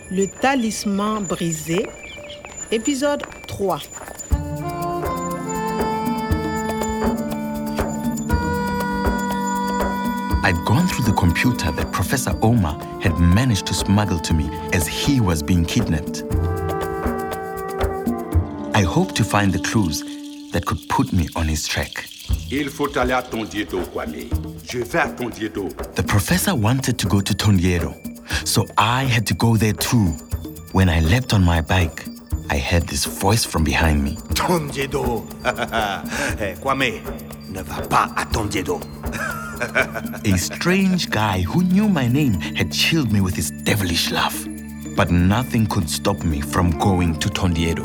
Le talisman brisé, épisode 3. I'd gone through the computer that Professor Omar had managed to smuggle to me as he was being kidnapped. I hoped to find the clues that could put me on his track. Il faut aller à Tondiedo, Kwame. Je vais à Tondiedo. The professor wanted to go to Tondiedo, so I had to go there too. When I leapt on my bike, I heard this voice from behind me. Tondiedo. Hey, Kwame, ne va pas à Tondiedo. A strange guy who knew my name had chilled me with his devilish laugh. But nothing could stop me from going to Tondiedo.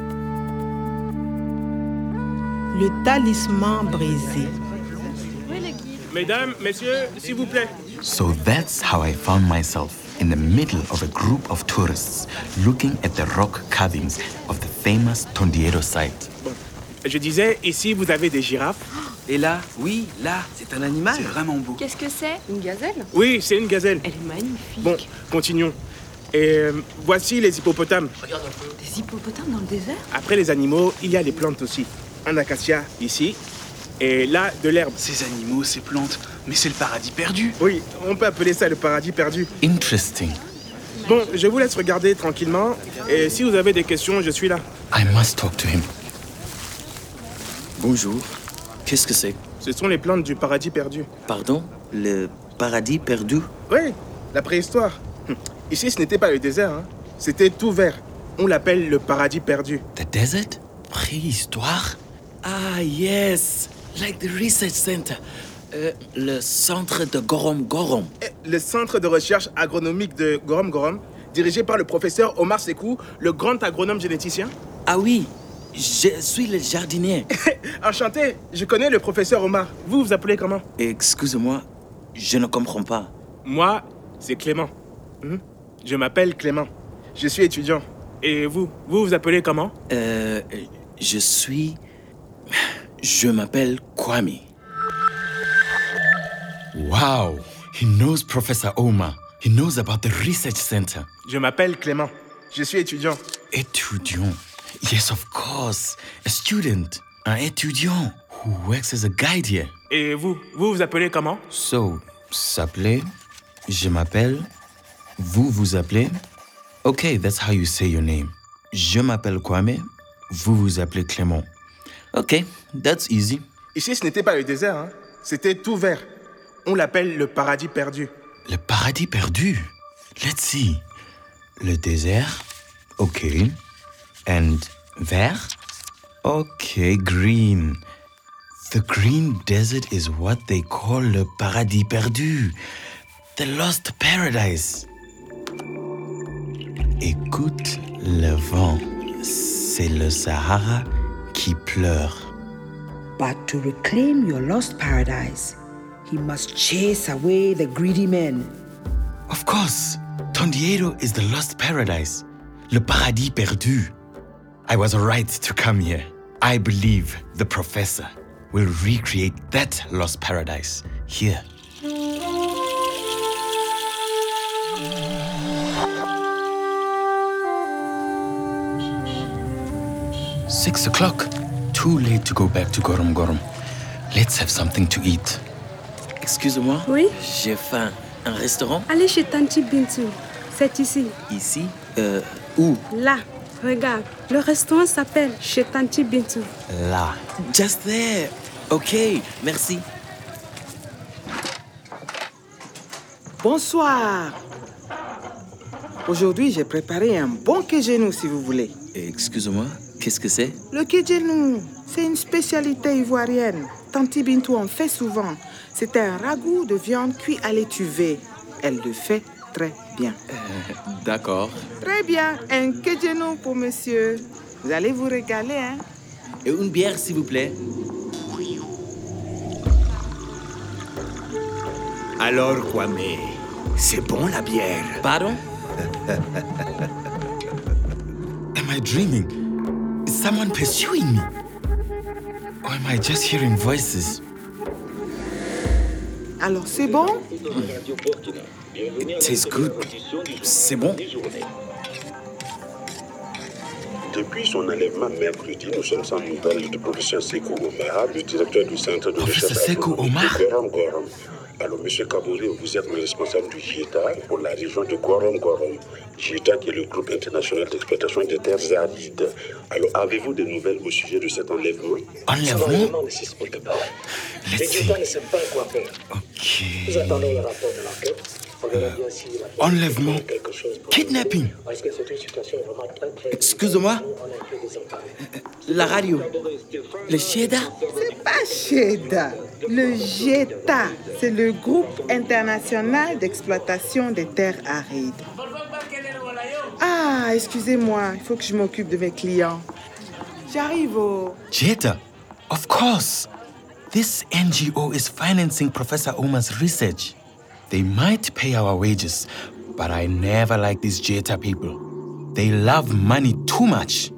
Le talisman brisé. Mesdames, messieurs, s'il vous plaît. So that's how I found myself in the middle of a group of tourists looking at the rock carvings of the famous Tondiedo site. Je disais, ici, vous avez des girafes. Et là, oui, là, c'est un animal. C'est vraiment beau. Qu'est-ce que c'est? Une gazelle? Oui, c'est une gazelle. Elle est magnifique. Bon, continuons. Et voici les hippopotames. Regarde un peu. Des hippopotames dans le désert? Après les animaux, il y a les plantes aussi. Un acacia ici, et là, de l'herbe. Ces animaux, ces plantes, mais c'est le paradis perdu. Oui, on peut appeler ça le paradis perdu. Interesting. Bon, je vous laisse regarder tranquillement, et si vous avez des questions, je suis là. I must talk to him. Bonjour. Qu'est-ce que c'est? Ce sont les plantes du paradis perdu. Pardon? Le paradis perdu? Oui, la préhistoire. Ici, ce n'était pas le désert, hein. C'était tout vert. On l'appelle le paradis perdu. The desert? Préhistoire? Ah, yes! Like the research center. Le centre de Gorom Gorom. Le centre de recherche agronomique de Gorom Gorom, dirigé par le professeur Omar Sekou, le grand agronome généticien. Ah oui, je suis le jardinier. Enchanté, je connais le professeur Omar. Vous vous appelez comment? Excusez-moi, je ne comprends pas. Moi, c'est Clément. Je m'appelle Clément. Je suis étudiant. Et vous vous appelez comment? Je m'appelle Kwame. Wow, he knows Professor Omar. He knows about the research center. Je m'appelle Clément. Je suis étudiant. Étudiant. Yes, of course. A student. Un étudiant who works as a guide here. Et vous vous appelez comment? So, s'appeler, je m'appelle, vous vous appelez. Okay, that's how you say your name. Je m'appelle Kwame, vous vous appelez Clément. Okay, that's easy. Ici, ce n'était pas le désert, hein. C'était tout vert. On l'appelle le paradis perdu. Le paradis perdu? Let's see. Le désert? Okay. And vert? Okay, green. The green desert is what they call le paradis perdu. The lost paradise. Écoute le vent. C'est le Sahara qui pleure. But to reclaim your lost paradise, he must chase away the greedy men. Of course, Tondiedo is the lost paradise. Le paradis perdu. I was right to come here. I believe the professor will recreate that lost paradise here. Six o'clock. Too late to go back to Gorom Gorom. Let's have something to eat. Excusez-moi. Oui? J'ai faim. Un restaurant? Allez chez Tanti Bintou. C'est ici. Ici? Où? Là. Regarde. Le restaurant s'appelle chez Tanti Bintou. Là. Just there. Ok, merci. Bonsoir. Aujourd'hui, j'ai préparé un bon kégenou, si vous voulez. Excusez-moi, qu'est-ce que c'est? Le kégenou, c'est une spécialité ivoirienne. Tanti Bintou en fait souvent. C'est un ragoût de viande cuit à l'étuvée. Elle le fait très bien. D'accord. Très bien, un kégenou pour monsieur. Vous allez vous régaler, hein? Et une bière, s'il vous plaît. Alors, Kwame, c'est bon la bière? Pardon? Am I dreaming? Is someone pursuing me? Or am I just hearing voices? Alors, c'est bon? It tastes good. C'est bon. Depuis son enlèvement mercredi, nous sommes sans nouvelles du professeur Sekou Omar, le directeur du centre de recherche Sekou Omar? Gorom Gorom. Alors, M. Kabouré, vous êtes le responsable du GIETA pour la région de Gorom Gorom. GIETA qui est le groupe international d'exploitation des terres arides. Alors, avez-vous des nouvelles au sujet de cet enlèvement? Enlèvement? ne s'explique pas. Let's Les see. GIETA ne savent pas quoi faire. Ok. Nous attendons le rapport de l'enquête. On verra bien si la Enlèvement. quelque chose pour Kidnapping. Parce que c'est une situation vraiment très... Excusez-moi, On a fait des empares. la radio. Le Sheda? C'est pas Sheda, le GETA. C'est le groupe international d'exploitation des terres arides. Ah, excusez-moi, il faut que je m'occupe de mes clients. J'arrive au... Jetta, of course. This NGO is financing Professor Omar's research. They might pay our wages, but I never like these Jetta people. They love money too much.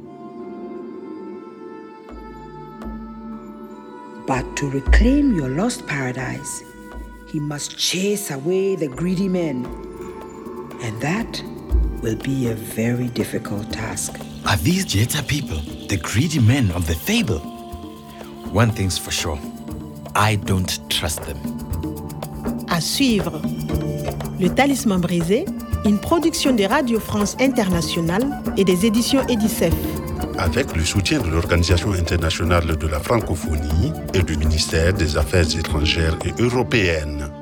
But to reclaim your lost paradise, he must chase away the greedy men. And that will be a very difficult task. Are these Jetta people the greedy men of the fable? One thing's for sure. I don't trust them. À suivre. Le Talisman brisé, une production de Radio France Internationale et des éditions Edicef. Avec le soutien de l'Organisation internationale de la francophonie et du ministère des Affaires étrangères et européennes.